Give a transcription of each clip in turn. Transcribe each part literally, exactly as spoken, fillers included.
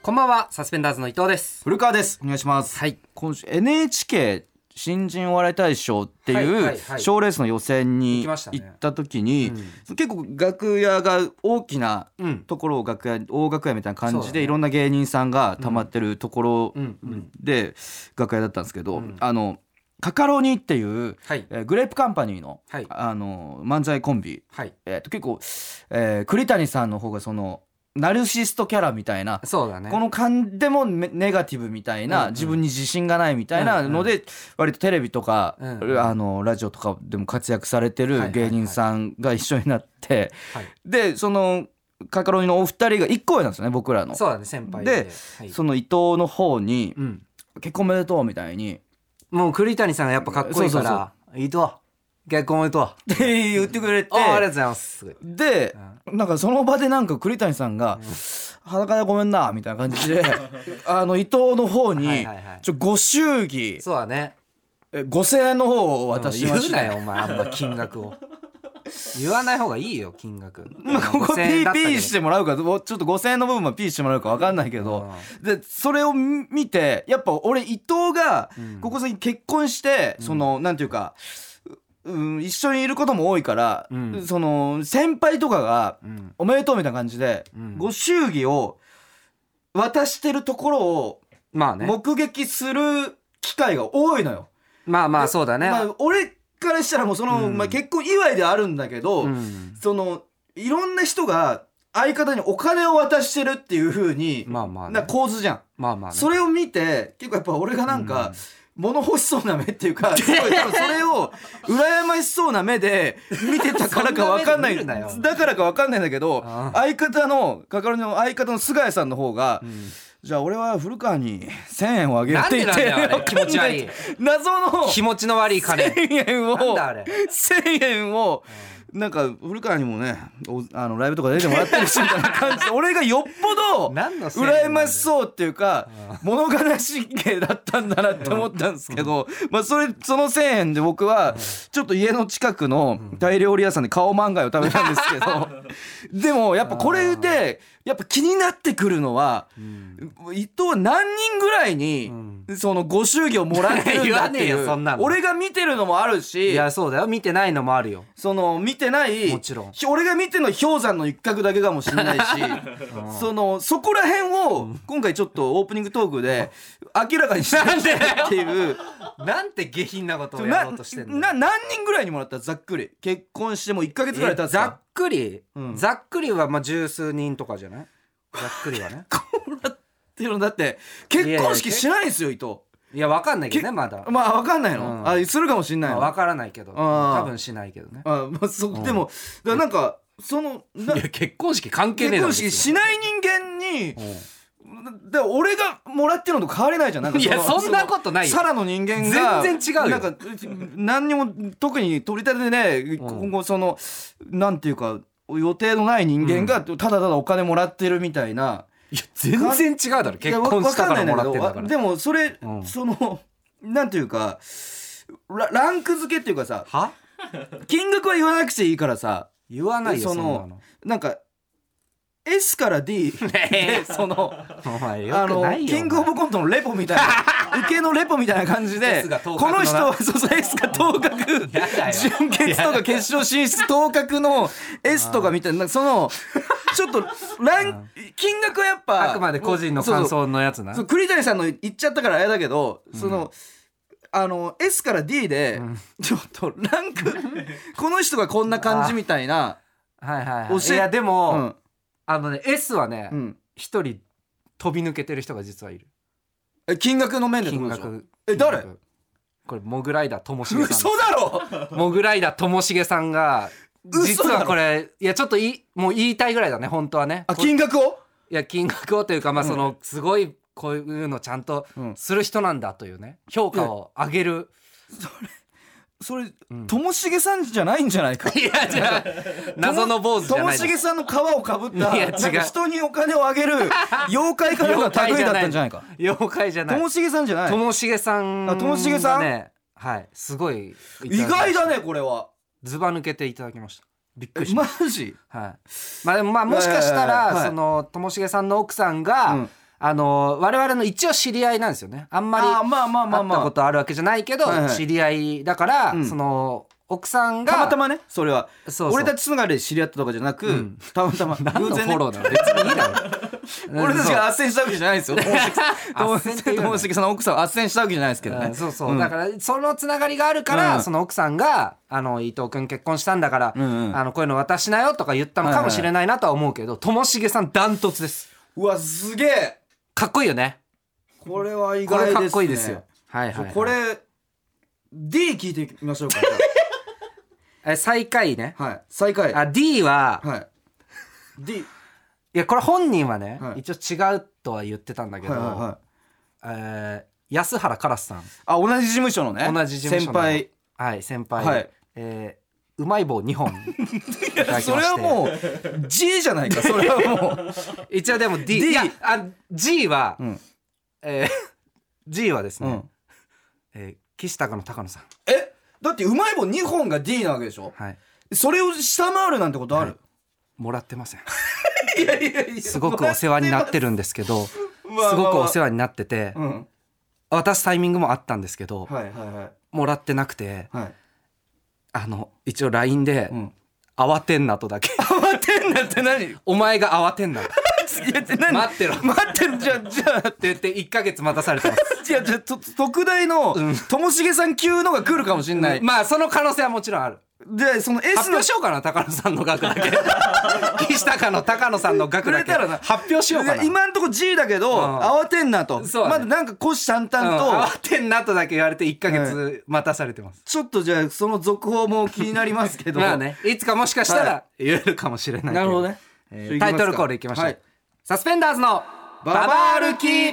こんばんは、サスペンダーズの伊藤です。 古川です。お願いします。 はい。 今週 エヌエイチケー 新人お笑い大賞っていう賞レースの予選に行った時に、結構楽屋が大きなところを楽屋大楽屋みたいな感じでいろんな芸人さんが溜まってるところで楽屋だったんですけど、あのカカロニっていう、はいえー、グレープカンパニーの、はい、あの漫才コンビ、はいえー、と結構、えー、栗谷さんの方がそのナルシストキャラみたいな、そうだね、この感でもネガティブみたいな、うんうん、自分に自信がないみたいなので、うんうん、割とテレビとか、うんうん、あのラジオとかでも活躍されてる芸人さんが一緒になって、はいはいはい、でそのカカロニのお二人がいっこ上なんですよね、僕らの。 そうだね、先輩で, で、はい、その伊藤の方に、うん、結婚おめでとうみたいに、 もう栗谷さんがやっぱかっこいいから、そうそうそう、伊藤結婚おめでとうって言ってくれて、 あ, ありがとうございます。 で、うん、なんかその場でなんか栗谷さんが、うん、裸でごめんなみたいな感じであの伊藤の方に、はいはいはい、ちょご祝儀、 そうだね、 えごせんえんの方を渡しました。 言うなよお前、あんま金額を言わない方がいいよ金額。 まあ、ここピーピーしてもらうか、ちょっとごせんえんの部分はピーしてもらうか分かんないけど、でそれを見てやっぱ俺伊藤がここ最近結婚して、うん、そのなんていうか、うん、一緒にいることも多いから、うん、その先輩とかが、うん、おめでとうみたいな感じで、うん、ご祝儀を渡してるところを、まあね、目撃する機会が多いのよ。 まあまあそうだね、まあ、 俺からしたらもうその、うん、まあ、結婚祝いではあるんだけど、うん、そのいろんな人が相方にお金を渡してるっていう風に、まあまあね、な構図じゃん、まあまあね、それを見て結構やっぱ俺がなんか、うん、物欲しそうな目っていうか、すごい多分それを羨ましそうな目で見てたからか分かんないだからか分かんないんだけど、相方のカカロニの相方の菅谷さんの方が、うん、じゃあ俺は古川にせんえんをあげるって言って、 なんでなんだよあれ、気持ち悪い謎の気持ちの悪い金せんえんを、 なんだあれせんえんを、うん、なんか古川にもね、あのライブとか出てもらってるしみたいな感じで俺がよっぽど羨ましそうっていうか、物悲しげだったんだなって思ったんですけど、まあそれそのせんえんで僕はちょっと家の近くのタイ料理屋さんで顔漫画を食べたんですけどでもやっぱこれでやっぱ気になってくるのは、うん、伊藤は何人ぐらいに、うん、そのご祝儀をもらってるんだっていう、そんなの俺が見てるのもあるし、 いやそうだよ、見てないのもあるよ。 その見てない、 もちろん俺が見てるのは氷山の一角だけかもしれないしそのそこら辺を今回ちょっとオープニングトークで明らかにしてるっていうなんて下品なことをやろうとしてんの。 なな何人ぐらいにもらった？ざっくり結婚してもいっかげつぐらい経つか。 ざっくり、うん、ざっくりはまあ十数人とかじゃない？ざっくりはね。 こうなってるのだって結婚式しないんですよ伊藤。 いや分かんないけどね、まだまあ分かんないの、うん、あするかもしんないの、 まあ、分からないけど多分しないけどね。 あ、まあ、そでもだからなんかそのないや結婚式関係ねえだろ。 結婚式しない人間に、で俺がもらってるのと変わりないじゃん。なんかいやそんなことないよ。 サラの人間が全然違うよ。 なんか何にも特に取り立てでね、今後そのなんていうか予定のない人間がただただお金もらってるみたいな、 いや全然違うだろ。結婚したからもらってんだから。 でもそれ、うん、そのなんていうか ラ, ランク付けっていうかさ、は金額は言わなくていいからさ、 言わないよその、そんなのなんか S から D でそのあのキングオブコントのレポみたいな受けのレポみたいな感じでこの人はそうそう S が当確準決とか決勝進出当確の S とかみたいな、そのちょっとラン金額はやっぱあくまで個人の感想のやつな。 そうそう栗谷さんの言っちゃったからあれだけど、うん、そのあの S から D で、うん、ちょっとランクこの人がこんな感じみたいな、 はいはいはい、いやでも、うん、あのね S はね一、うん、人飛び抜けてる人が実はいる。 え金額の面で金額え誰？ これモグライダーともしげさん。 嘘だろモグライダーともしげさんが実はこれいやちょっといもう言いたいぐらいだね本当はね。 あ金額を？ いや金額をというかまあそのすごいこういうのちゃんとする人なんだというね評価を上げる。 それともしげさんじゃないんじゃないか。 いやじゃあ謎の坊主じゃない。 ともしげさんの皮をかぶったなんか人にお金をあげる妖怪かなんか類だったんじゃないか。 妖怪じゃない。 ともしげさんじゃない。 ともしげさんあともしげさんね、はいすごい意外だねこれは。 ずば抜けていただきました。びっくりしました。マジ？ はい。まあでもまあもしかしたらそのともしげさんの奥さんが、うんあの我々の一応知り合いなんですよね。あんまりあまあまあまあまあ会ったことあるわけじゃないけど、 はいはい知り合いだから、 うん、 その奥さんがたまたまねそれはそうそう俺たちつながりで知り合ったとかじゃなく、うん、たまたま何のフォローなの別にいいだろ俺たちが斡旋したわけじゃないですよともしげさんの奥さんを斡旋したわけじゃないですけどね、 うん、そうそう、うん、だからそのつながりがあるから、うん、その奥さんがあの伊藤君結婚したんだから、うんうん、あのこういうの渡しなよとか言ったのかもしれないなとは思うけどともしげさんダントツです。 うわすげえかっこいいよね。 これは意外ですね。これかっこいいですよ。 はいはい、はい、 これ D 聞いてみましょうかえ最下位ね。 はい最下位。 あ D は、 はい、D いやこれ本人はね、 はい、 一応違うとは言ってたんだけど、はいはいはい、えー、安原カラスさん。 あ同じ事務所のね同じ事務所の先輩はい先輩、 はい、 えー、うまい棒にほんいただきまして。 それはもう G じゃないかそれはもう一応でも D, D いやあ G は、うんえー、G はですね、うんえー、岸高の高野さん。 えだってうまい棒にほんが D なわけでしょ、はい、それを下回るなんてことある、はい、 もらってませんいやいやいやすごくお世話になってるんですけどすごくお世話になってて、うん、渡すタイミングもあったんですけど、はいはいはい、もらってなくて、はい、あの一応 ライン で、うん、慌てんなとだけ慌てんなって何お前が慌てんな待ってろ待ってろじゃあじゃあって言っていっかげつ待たされてますいやじゃあと特大のともしげさん級のが来るかもしれない、 うん、まあその可能性はもちろんある。 でその S の発表しようかな高野さんの額だけ岸高の高野さんの額だけ発表しようかな。 今んとこ G だけど、うん、慌てんなと、ね、まだなんか虎視眈々と、 うん、慌てんなとだけ言われていっかげつ待たされてます、 はい、ちょっとじゃあその続報も気になりますけどまあねいつかもしかしたら言えるかもしれない、 なるほどね、 えー、タイトルコールいきましょう、はい、サスペンダーズのババ歩き。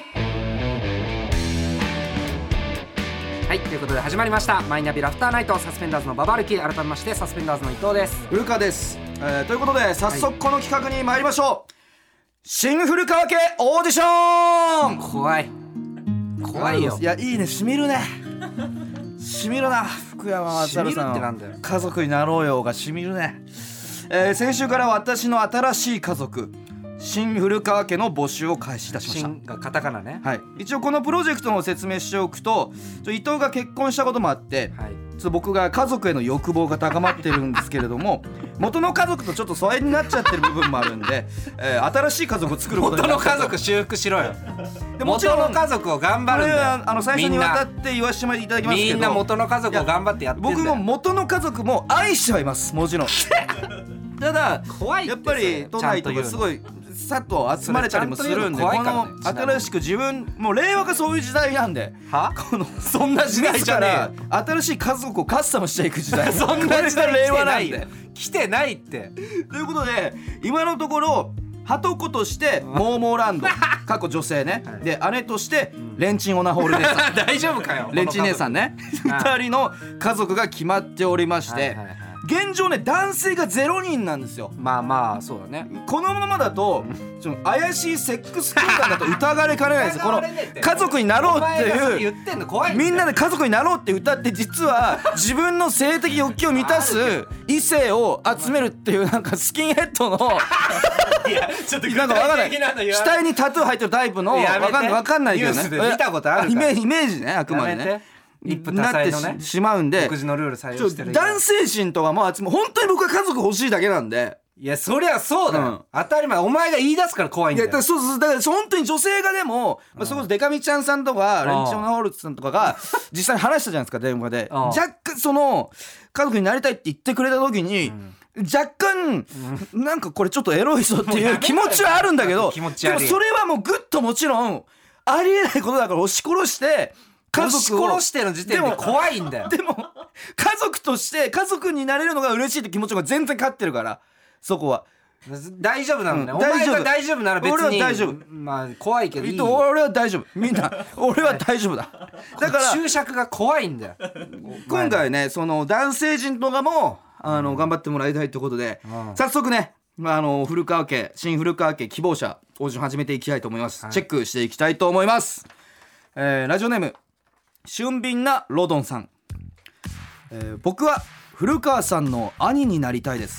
はいということで始まりましたマイナビラフターナイトサスペンダーズのババ歩き。改めましてサスペンダーズの伊藤です。 古川です、えー、ということで早速この企画に参りましょう、はい、新古川家オーディション。 怖い怖いよ。 いやいいねしみるねしみるな福山雅治さん。 しみるってなんだよ。 家族になろうよがしみるね、えー、先週から私の新しい家族新古川家の募集を開始いたしました。 新がカタカナね、 はい、一応このプロジェクトの説明しておくと伊藤が結婚したこともあって、はい、ちょっと僕が家族への欲望が高まってるんですけれども元の家族とちょっと疎遠になっちゃってる部分もあるんで、えー、新しい家族を作ることになった。 元の家族修復しろよでもちろん元の家族を頑張るんだよ。 これはあの最初にわたって言わせていただきますけどみんな元の家族を頑張ってやってんだよ。 僕も元の家族も愛してはいますもちろんただ怖いってやっぱり都内とかすごいさっと集まれたりもするんで、この新しく自分もう令和がそういう時代なんで、 はこのそんな時代じゃねえよ。新しい家族をカスタムしていく時代そんな時代令和なんで来てないってということで今のところはとことしてモーモーランド過去女性ね、はい、で姉としてレンチンオナホール姉さん大丈夫かよレンチン姉さんねふたりの家族が決まっておりまして、はいはいはい、現状ね男性がゼロにんなんですよ。 まあまあそうだね。 このままだとちょ怪しいセックス空間だと疑われかねないですこの家族になろうっていうみんなで家族になろうって歌って実は自分の性的欲求を満たす異性を集めるっていうなんかスキンヘッドのいやちょっとなんかわかんない額にタトゥー入ってるタイプのわかんないわかんないけどねニュースで見たことあるイメージイメージねあくまでね一夫多妻のねなってしまうんで独自のルール採用してる男性陣とかも集め本当に僕は家族欲しいだけなんで。 いやそりゃそうだよ、うん、当たり前お前が言い出すから怖いんだよ。いやそうそうだから本当に女性がでも、うんまあ、それこそデカミちゃんさんとかレンチオナホールツさんとかが実際に話したじゃないですか電話で若干その家族になりたいって言ってくれた時に、うん、若干、うん、なんかこれちょっとエロいぞっていう気持ちはあるんだけどでもそれはもうぐっともちろんありえないことだから押し殺して家族を押し殺しての時点で怖いんだよ。 でも家族として家族になれるのが嬉しいって気持ちが全然勝ってるからそこは大丈夫なのね、うん、お前が大丈夫なら別に俺は大丈夫まあ怖いけどいい俺は大丈夫みんな俺は大丈夫だだから注釈が怖いんだよ今回ねその男性陣とかもあの、うん、頑張ってもらいたいということで、うん、早速ねあの古川家新古川家希望者オーディション始めていきたいと思います、はい、チェックしていきたいと思います、えー、ラジオネーム俊敏なロドンさん、えー、僕は古川さんの兄になりたいです。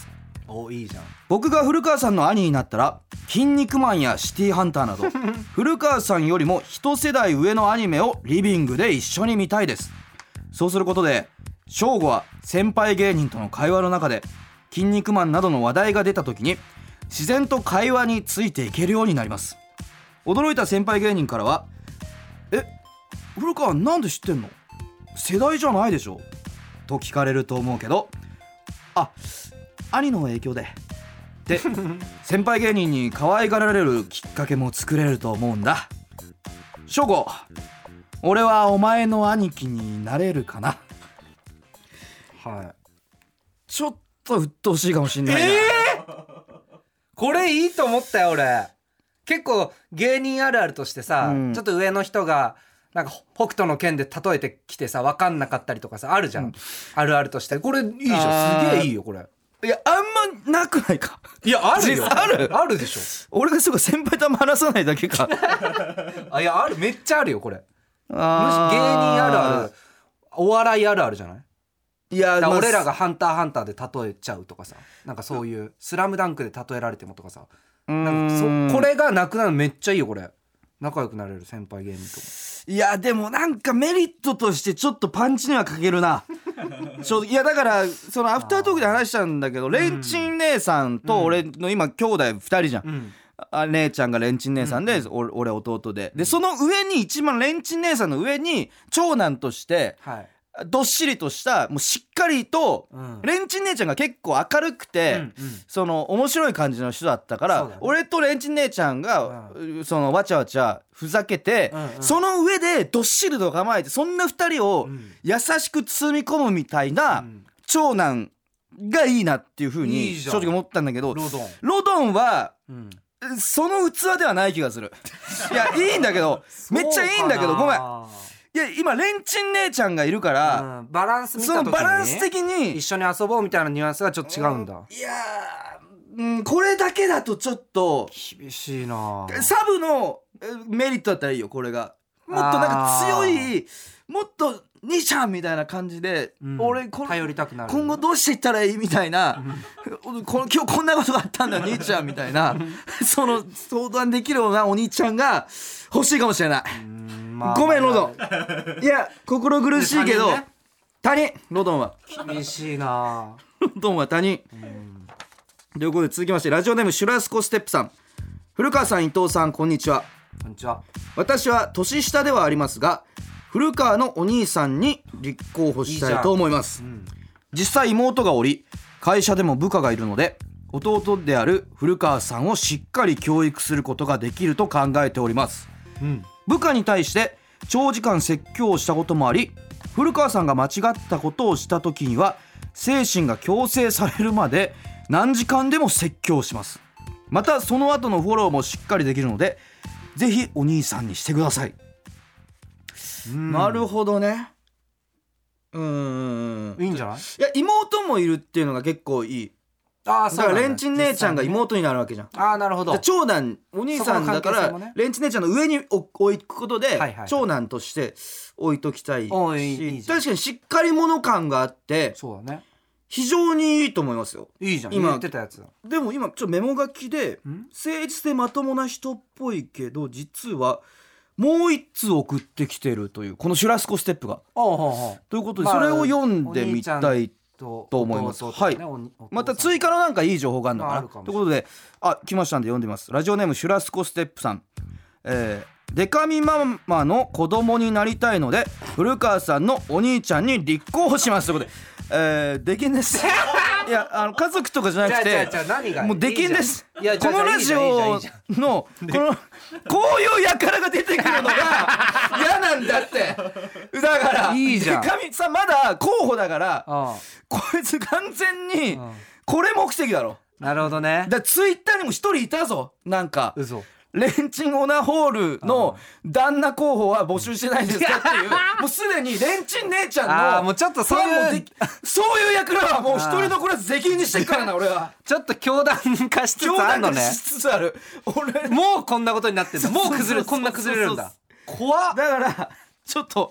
おいいじゃん。 僕が古川さんの兄になったら筋肉マンやシティハンターなど古川さんよりも一世代上のアニメをリビングで一緒に見たいです。そうすることで翔吾は先輩芸人との会話の中で筋肉マンなどの話題が出た時に自然と会話についていけるようになります。驚いた先輩芸人からは、え、古川なんで知ってんの？世代じゃないでしょと聞かれると思うけど、あ、兄の影響でで先輩芸人に可愛がられるきっかけも作れると思うんだ。翔吾、俺はお前の兄貴になれるかな。 はい。 ちょっと鬱陶しいかもしんないな。えー、これいいと思ったよ俺。結構芸人あるあるとしてさ、うん、ちょっと上の人がなんか北斗の拳で例えてきてさ分かんなかったりとかさあるじゃん、うん、あるあるとして。これいいじゃん、すげえいいよこれ。 いや、あんまなくないか。 いや、あるよ。 あるあるでしょ。 俺がすぐ先輩と話さないだけか。 あ、いや、ある、めっちゃあるよこれ。あ、芸人あるある、お笑いあるあるじゃない。いや、だ俺らがハンターハンターで例えちゃうとかさ、なんかそういうスラムダンクで例えられてもとかさ、なんかそこれがなくなるのめっちゃいいよこれ。仲良くなれる先輩芸人と。 いやでもなんかメリットとしてちょっとパンチには欠けるな。ちょいやだからそのアフタートークで話したんだけど、レンチン姉さんと俺の今兄弟ふたりじゃん、うん、あ、姉ちゃんがレンチン姉さんで、うん、俺弟で、でその上に一番レンチン姉さんの上に長男として、はい、どっしりとしたもうしっかりと、うん、レンチン姉ちゃんが結構明るくて、うんうん、その面白い感じの人だったから、ね、俺とレンチン姉ちゃんが、うん、そのわちゃわちゃふざけて、うんうん、その上でどっしりと構えてそんなふたりを優しく包み込むみたいな長男がいいなっていう風に正直思ったんだけど、 ロドンロドンは、うん、その器ではない気がする。いやいいんだけどめっちゃいいんだけどごめん。いや今レンチン姉ちゃんがいるから、 うん、バランス見た時に、 そのバランス的に一緒に遊ぼうみたいなニュアンスがちょっと違うんだ。 いやー、うん、これだけだとちょっと厳しいな。 サブのメリットだったらいいよこれが。もっとなんか強い、もっと兄ちゃんみたいな感じで、うん、俺こ頼りたくなる。 今後どうしていったらいいみたいな、この今日こんなことがあったんだ兄ちゃんみたいなその相談できるようなお兄ちゃんが欲しいかもしれない。まあ、ごめんロドン。いや心苦しいけど他人、ね、ロドンは厳しいな。 ロドンは他人。ということで続きましてラジオネームシュラスコステップさん。古川さん、伊藤さん、こんにちは。 こんにちは。 私は年下ではありますが古川のお兄さんに立候補したいと思います。いい、うん、実際妹がおり会社でも部下がいるので弟である古川さんをしっかり教育することができると考えております。うん、部下に対して長時間説教をしたこともあり古川さんが間違ったことをした時には精神が矯正されるまで何時間でも説教します。またその後のフォローもしっかりできるのでぜひお兄さんにしてください。なるほどね。うーん、 いいんじゃない。いや妹もいるっていうのが結構いい。ああ、そうだからレンチン姉ちゃんが妹になるわけじゃん。 ああ、なるほど。 長男お兄さんだから、ね、レンチン姉ちゃんの上に置くことで、はいはいはい、長男として置いときたいし、いい確かにしっかり者感があってそうだね、 非常にいいと思いますよ。 いいじゃん今言ってたやつ。 でも今ちょっとメモ書きで誠実でまともな人っぽいけど実はもう一通送ってきてるというこのシュラスコステップがああああということで、それを読んでみたいと思います。はい。また追加のなんかいい情報があるのかなということで、あ、来ましたんで読んでみます。ラジオネームシュラスコステップさん。えー、デカミママの子供になりたいので古川さんのお兄ちゃんに立候補しますということで、えー、できんですいやあの家族とかじゃなくてもうできんです。このラジオのこのこういう輩が出てくるのが嫌なんだって。だからいいじゃん。 デカミさんまだ候補だからああこいつ完全にこれ目的だろ。 なるほどね。 だツイッターにも一人いたぞ。なんか嘘レンチンオナホールの旦那候補は募集してないですかっていうもうすでにレンチン姉ちゃんのあもうちょっとそういうそういう役らはもう一人残らず出禁にしてるからな俺は。 ちょっと教団化しつつあるのね。 教団化しつつある。俺もうこんなことになってんだ。もう崩れこんな崩れるんだ。怖っ。 だからちょっと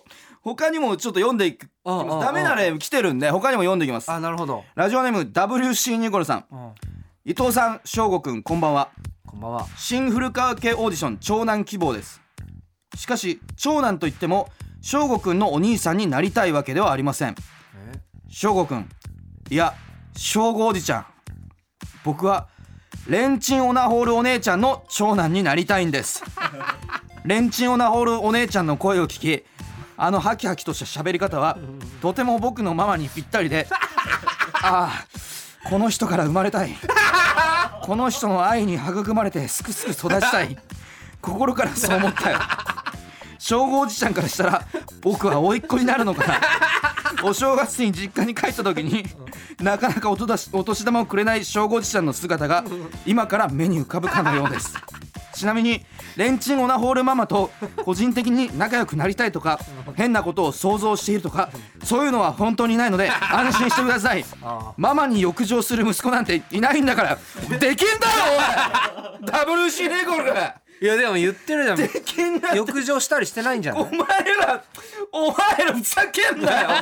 他にもちょっと読んでいくダメな例来てるんで他にも読んでいきます。 あ、なるほど。 ラジオネーム ダブリューシー ニコルさん、伊藤さん、翔吾くん、こんばんは。 こんばんは。 新古川家オーディション長男希望です。しかし長男といっても翔吾くんのお兄さんになりたいわけではありません。翔吾くん、いや翔吾おじちゃん、僕はレンチンオナホールお姉ちゃんの長男になりたいんですレンチンオナホールお姉ちゃんの声を聞き、あのハキハキとした喋り方はとても僕のママにぴったりでああ、この人から生まれたい、この人の愛に育まれてすくすく育ちたい、心からそう思ったよ。正吾おじちゃんからしたら僕は甥っ子になるのかな。お正月に実家に帰った時になかなかおとだしお年玉をくれない正吾おじちゃんの姿が今から目に浮かぶかのようです。ちなみにレンチンオナホールママと個人的に仲良くなりたいとか変なことを想像しているとかそういうのは本当にないので安心してください。ママに浴場する息子なんていないんだからできんだろおいダブルシーレゴル。 いやでも言ってるじゃん。 できんな浴場したりしてないんじゃない。 お前らお前らふざけんなよ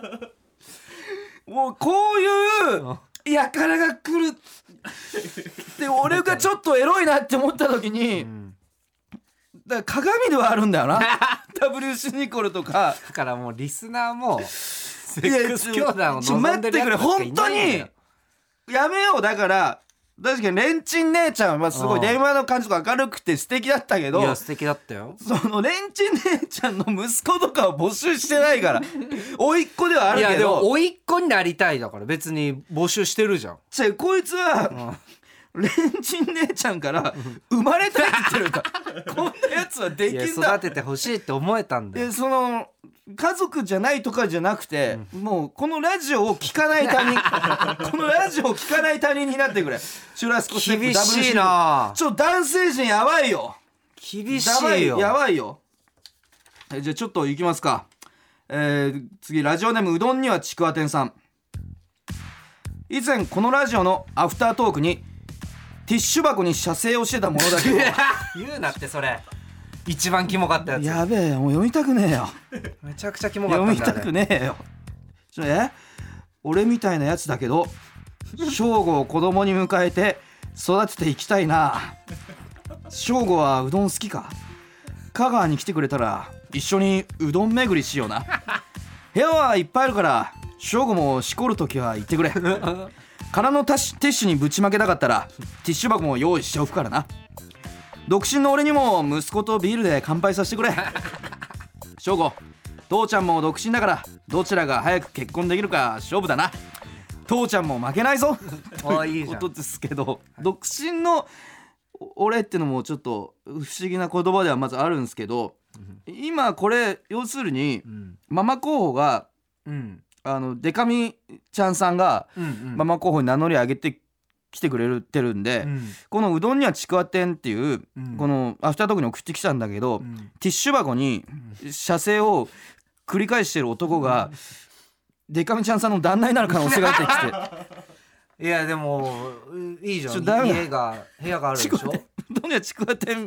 もうこういうやからが来るで俺がちょっとエロいなって思った時に、うん、だから鏡ではあるんだよなダブリューシー ニコルとか。 だからもうリスナーもセックス教団を望んでるやつしかいないんだよ。 本当にやめよう。だから確かにレンチン姉ちゃんはすごい電話の感じとか明るくて素敵だったけど、 いや素敵だったよ。 そのレンチン姉ちゃんの息子とかを募集してないから甥っ子ではあるけど。いやでも甥っ子になりたいだから別に募集してるじゃん。 じゃあこいつは、うん、レンチン姉ちゃんから生まれたいって言ってるからこんなやつはできんだ。いや育ててほしいって思えたんだよ。 でその家族じゃないとかじゃなくて、うん、もうこのラジオを聞かない他人このラジオを聞かない他人になってくれ。シュラスコステップ厳しいな。 ちょっと男性陣やばいよ。 厳しいよ。 やばいよ。えじゃあちょっといきますか。えー、次ラジオネームうどんにはちくわ天さん。以前このラジオのアフタートークにティッシュ箱に射精をしてたものだけど言うなってそれ一番キモかったやつ。 やべえもう読みたくねえよめちゃくちゃキモかったんだ。 読みたくねえよ。ちょえ俺みたいなやつだけど正吾を子供に迎えて育てていきたいな。正吾はうどん好きか。香川に来てくれたら一緒にうどん巡りしような。部屋はいっぱいあるから正吾もしこるときは言ってくれ。空のティッシュにぶちまけたかったらティッシュ箱も用意しておくからな。独身の俺にも息子とビールで乾杯させてくれ。正吾父ちゃんも独身だからどちらが早く結婚できるか勝負だな。父ちゃんも負けないぞということですけど、独身の俺ってのもちょっと不思議な言葉ではまずあるんですけど、今これ要するに、うん、ママ候補が、うん、あのデカミちゃんさんが、うんうん、ママ候補に名乗り上げて来てくれてるんで、うん、このうどんにはちくわ天っていう、うん、このアフタートークに送ってきたんだけど、うん、ティッシュ箱に射精を繰り返してる男が、うん、デカミちゃんさんの旦那になる可能性が出てきていやでもいいじゃん。家が部屋があるでしょ。うどんにはちくわ天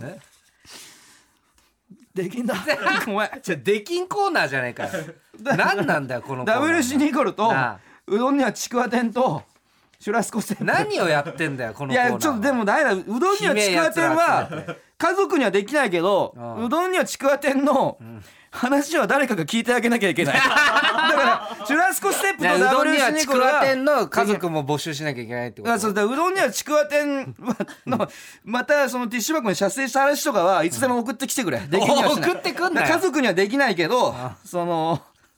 できんだごめんじゃできんコーナーじゃないかよ何なんだよこのコーナー。 ダブリューシー ニコルとうどんにはちくわ天とシュラスコステップ何をやってんだよこのコーナー。 いやちょっとでもダメだ。うどんにはちくわ天は家族にはできないけどうどんにはちくわ天の話は誰かが聞いてあげなきゃいけないだからシュラスコステップとダブリューシー ニコルはうどんにはちくわ天の家族も募集しなきゃいけないってこと。 そうだ。うどんにはちくわ天のまたそのティッシュ箱に射精した話とかはいつでも送ってきてくれ、うん、できんにはしない。 送ってくんなよ。 家族にはできないけどその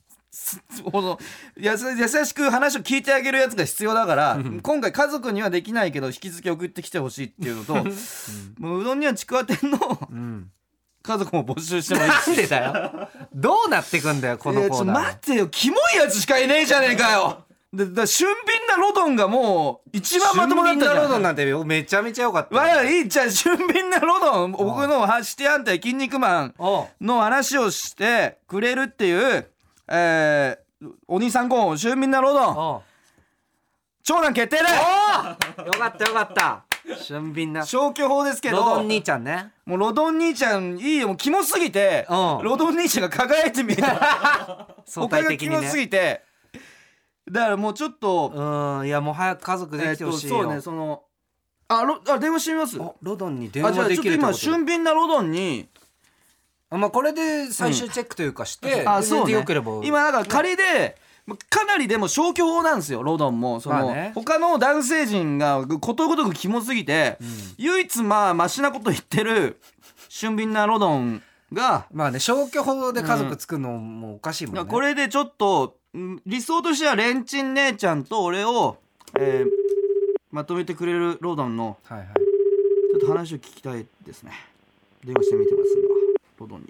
やす優しく話を聞いてあげるやつが必要だから今回家族にはできないけど引き続き送ってきてほしいっていうのと、うん、もううどんにはちくわ天の、うん家族も募集してもいいし。 なんでだよどうなってくんだよこのコーナー。いやちょ待ってよキモいやつしかいねえじゃねえかよでだ俊敏なロドンがもう一番まともだったじゃん。 俊敏なロドンなんてめちゃめちゃ良かった。 わいいじゃあ俊敏なロドン僕のシティハンター筋肉マンの話をしてくれるっていう、えー、お兄さん候補俊敏なロドン長男決定だ。 およかったよかった俊敏な消去法ですけど、 ロドン兄ちゃんね。 もうロドン兄ちゃんいいよ、もうキモすぎて、うん、ロドン兄ちゃんが輝いてみえた相対的にね。 他がキモすぎて、だからもうちょっと、 うん、いやもう早く家族できてほしいよ、 えー、そうね、そのあロあ電話してみます。 ロドンに電話できるってこと。 今俊敏なロドンに、 まあ、これで最終チェックというかして、うん、 あそうね、 よければ今だから仮でかなりでも消去法なんですよ、ロドンも。その、まあね、他の男性陣がことごとくキモすぎて、うん、唯一まあマシなこと言ってる俊敏なロドンがまあね、消去法で家族作るのもおかしいもんね、 うん、これでちょっと理想としてはレンチン姉ちゃんと俺を、えー、まとめてくれるロドンの、はいはい、ちょっと話を聞きたいですね。電話してみてますんだ、ロドンに。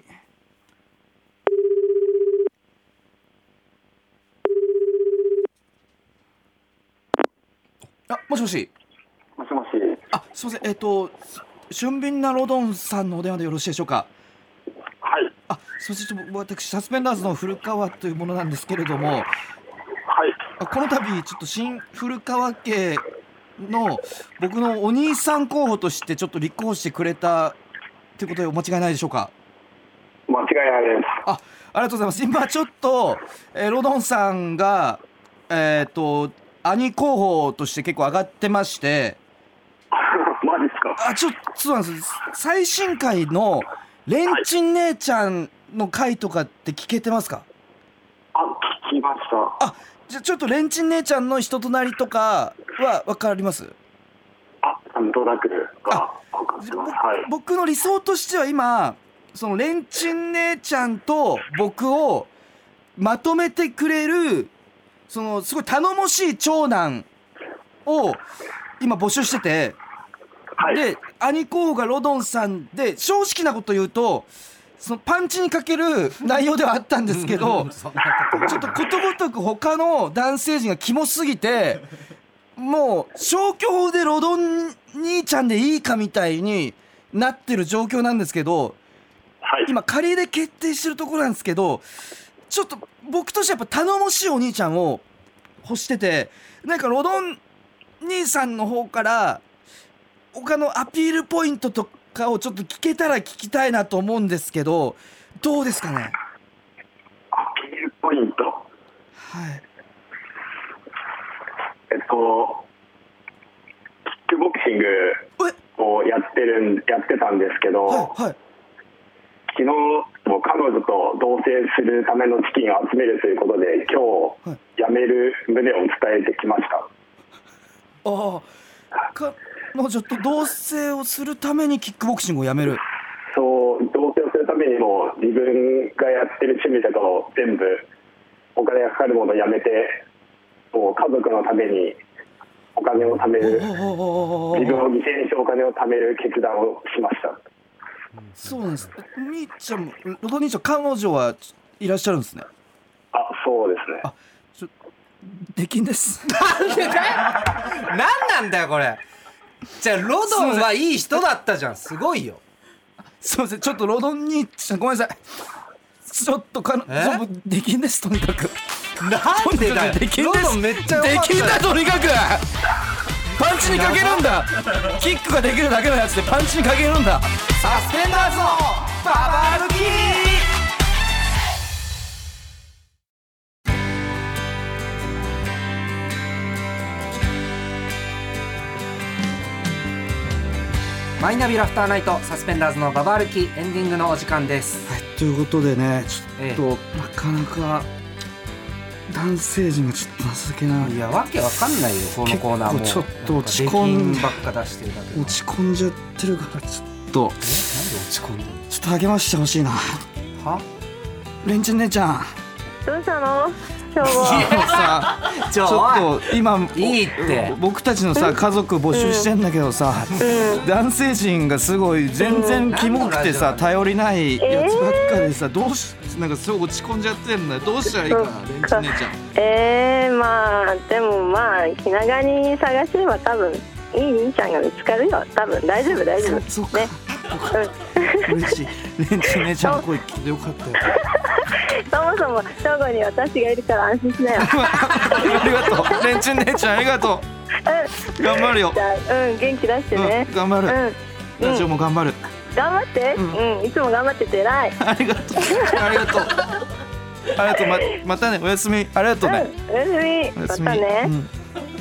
あ、もしもし。 もしもし。 あ、すいません。えっと俊敏なロドンさんのお電話でよろしいでしょうか。 はい。 あ、すいません。ちょっと私サスペンダーズの古川というものなんですけれども、はい。この度ちょっと新古川家の僕のお兄さん候補としてちょっと立候補してくれたということでお間違いないでしょうか。 間違いないです。 あ、ありがとうございます。今ちょっと、えー、ロドンさんがえっ、ー、と兄候補として結構上がってましてマジっすか。 あ、ちょっとそうなんです。最新回のレンチン姉ちゃんの回とかって聞けてますか？ あ、聞きました。 あ、じゃあちょっとレンチン姉ちゃんの人となりとかは分かります？ あ、なんとなくが分かってます。はい。 僕の理想としては今そのレンチン姉ちゃんと僕をまとめてくれるそのすごい頼もしい長男を今募集してて、はい、で兄候補がロドンさんで、正直なこと言うとそのパンチにかける内容ではあったんですけどちょっとことごとく他の男性陣がキモすぎて、もう消去法でロドン兄ちゃんでいいかみたいになってる状況なんですけど、 はい、 今仮で決定してるところなんですけど、ちょっと僕としてはやっぱ頼もしいお兄ちゃんを欲してて、なんかロドン兄さんの方から他のアピールポイントとかをちょっと聞けたら聞きたいなと思うんですけど、どうですかね。 アピールポイント。 はい。 えっとキックボクシングをやってるんやってたんですけど、 はいはい、 昨日も彼女と同棲するための資金を集めるということで今日辞める旨を伝えてきました。 ああ、彼女と同棲をするためにキックボクシングをやめる。 そう、同棲をするためにも自分がやってる趣味とかを全部お金がかかるものをやめて、もう家族のためにお金を貯める、自分を犠牲にしてお金を貯める決断をしました。 そうなんです。兄ちゃんもロド兄ちゃん彼女はいらっしゃるんですね。 あ、そうですね。 あ、ちょ出禁です。 なんでだよ。なんなんだよこれ。じゃあロドンはいい人だったじゃん。すごいよ。 すいません、ちょっとロドン兄ちゃんごめんなさい。ちょっと彼女出禁です。とにかく。 なんでだよ。 出禁です。 ロドンめっちゃ出禁だ。とにかくパンチにかけるんだ。キックができるだけのやつでパンチにかけるんだ。 サスペンダーズのババ歩き。マイナビラフターナイトサスペンダーズのババ歩き、エンディングのお時間です。 はい、ということでね、ちょっと、ええ、なかなか男性陣がちょっと情けない。 いや、わけわかんないよこのコーナーも。 ちょっと落ち込んばっか出してるだけ。 落ち込んじゃってるからちょっと。え、なんで落ち込んだの？ ちょっと励ましてほしいな。 は？ レンチン姉ちゃん。 どうしたの？今日はさ、ちょっと今いいって僕たちのさ家族募集してんだけどさ、うん、男性陣がすごい全然キモくてさ、頼りないやつばっかでさ、どうしなんかすごい落ち込んじゃってんだよ。どうしたらいいかな、レンチン姉ちゃん。 えー、まあでもまあ気長に探せば多分いい兄ちゃんが見つかるよ。多分大丈夫大丈夫。 そっか、ね、嬉しい。レンチン姉ちゃんの声聞いてよかったよ。 そもそも正午に私がいるから安心しなよ。 ありがとうレンチン姉ちゃん、ありがとう。 うん、 頑張るよ。 じゃあ、うん、元気出してね、 うん、頑張る、うん、ラジオも頑張る、 頑張って、うん、うん、いつも頑張ってて偉い。 ありがとうありがとうありがとう、ま、またね、おやすみ、ありがとうね、 うん、おやすみ、またね、うん、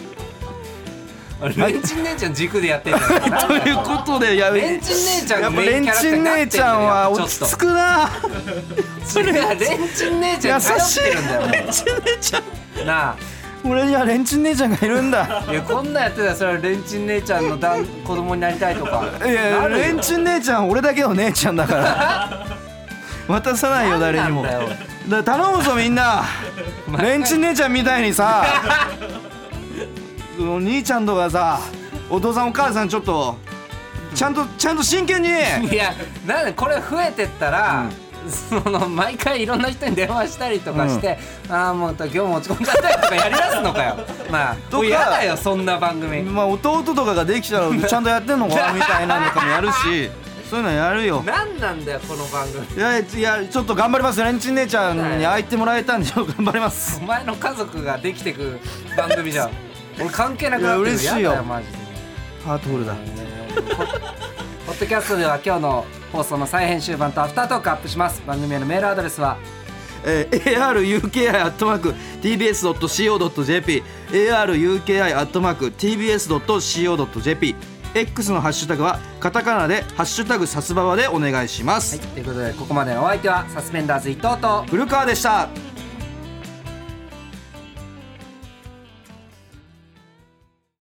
レンチン姉ちゃん軸でやってるんだということで、やレンチン姉ちゃんがメインキャラクターになってるんだよ。 レンチン姉ちゃんは落ち着くな。 それはレンチン姉ちゃんに頼ってるんだよ。 レンチン姉ちゃんなあ、 俺にはレンチン姉ちゃんがいるんだ。 いや、こんなんやってたらそれはレンチン姉ちゃんのだん子供になりたいとか。 いや、レンチン姉ちゃん俺だけの姉ちゃんだから渡さないよ誰にも。だから頼むぞみんなレンチン姉ちゃんみたいにさお兄ちゃんとかさ、お父さんお母さんちょっとちゃんとちゃんと真剣に。 いや、なんでこれ増えてったら、うん、その毎回いろんな人に電話したりとかして、うん、ああもう今日も落ち込んじゃったよとかやりだすのかよ。まあもう嫌だよそんな番組。 まあ弟とかができたらちゃんとやってんのかみたいなのとかもやるしそういうのやるよ。 なんなんだよこの番組。 いやいや、ちょっと頑張ります。レンチン姉ちゃんに会ってもらえたんでちょっと頑張ります。 お前の家族ができてく番組じゃん。俺関係なくなってる。 嬉しいよ、 やだよマジで。 ハートフルだ。 ポッドキャストでは今日の放送の再編集版とアフタートークアップします。番組へのメールアドレスは、 えー、エーアールユーケーアイ アットマーク ティービーエスドットシーオードットジェーピー エーアールユーケーアイ アットマーク ティービーエスドットシーオードットジェーピーX のハッシュタグはカタカナでハッシュタグサスババでお願いします。 はい、ということでここまでのお相手はサスペンダーズ伊藤と古川でした。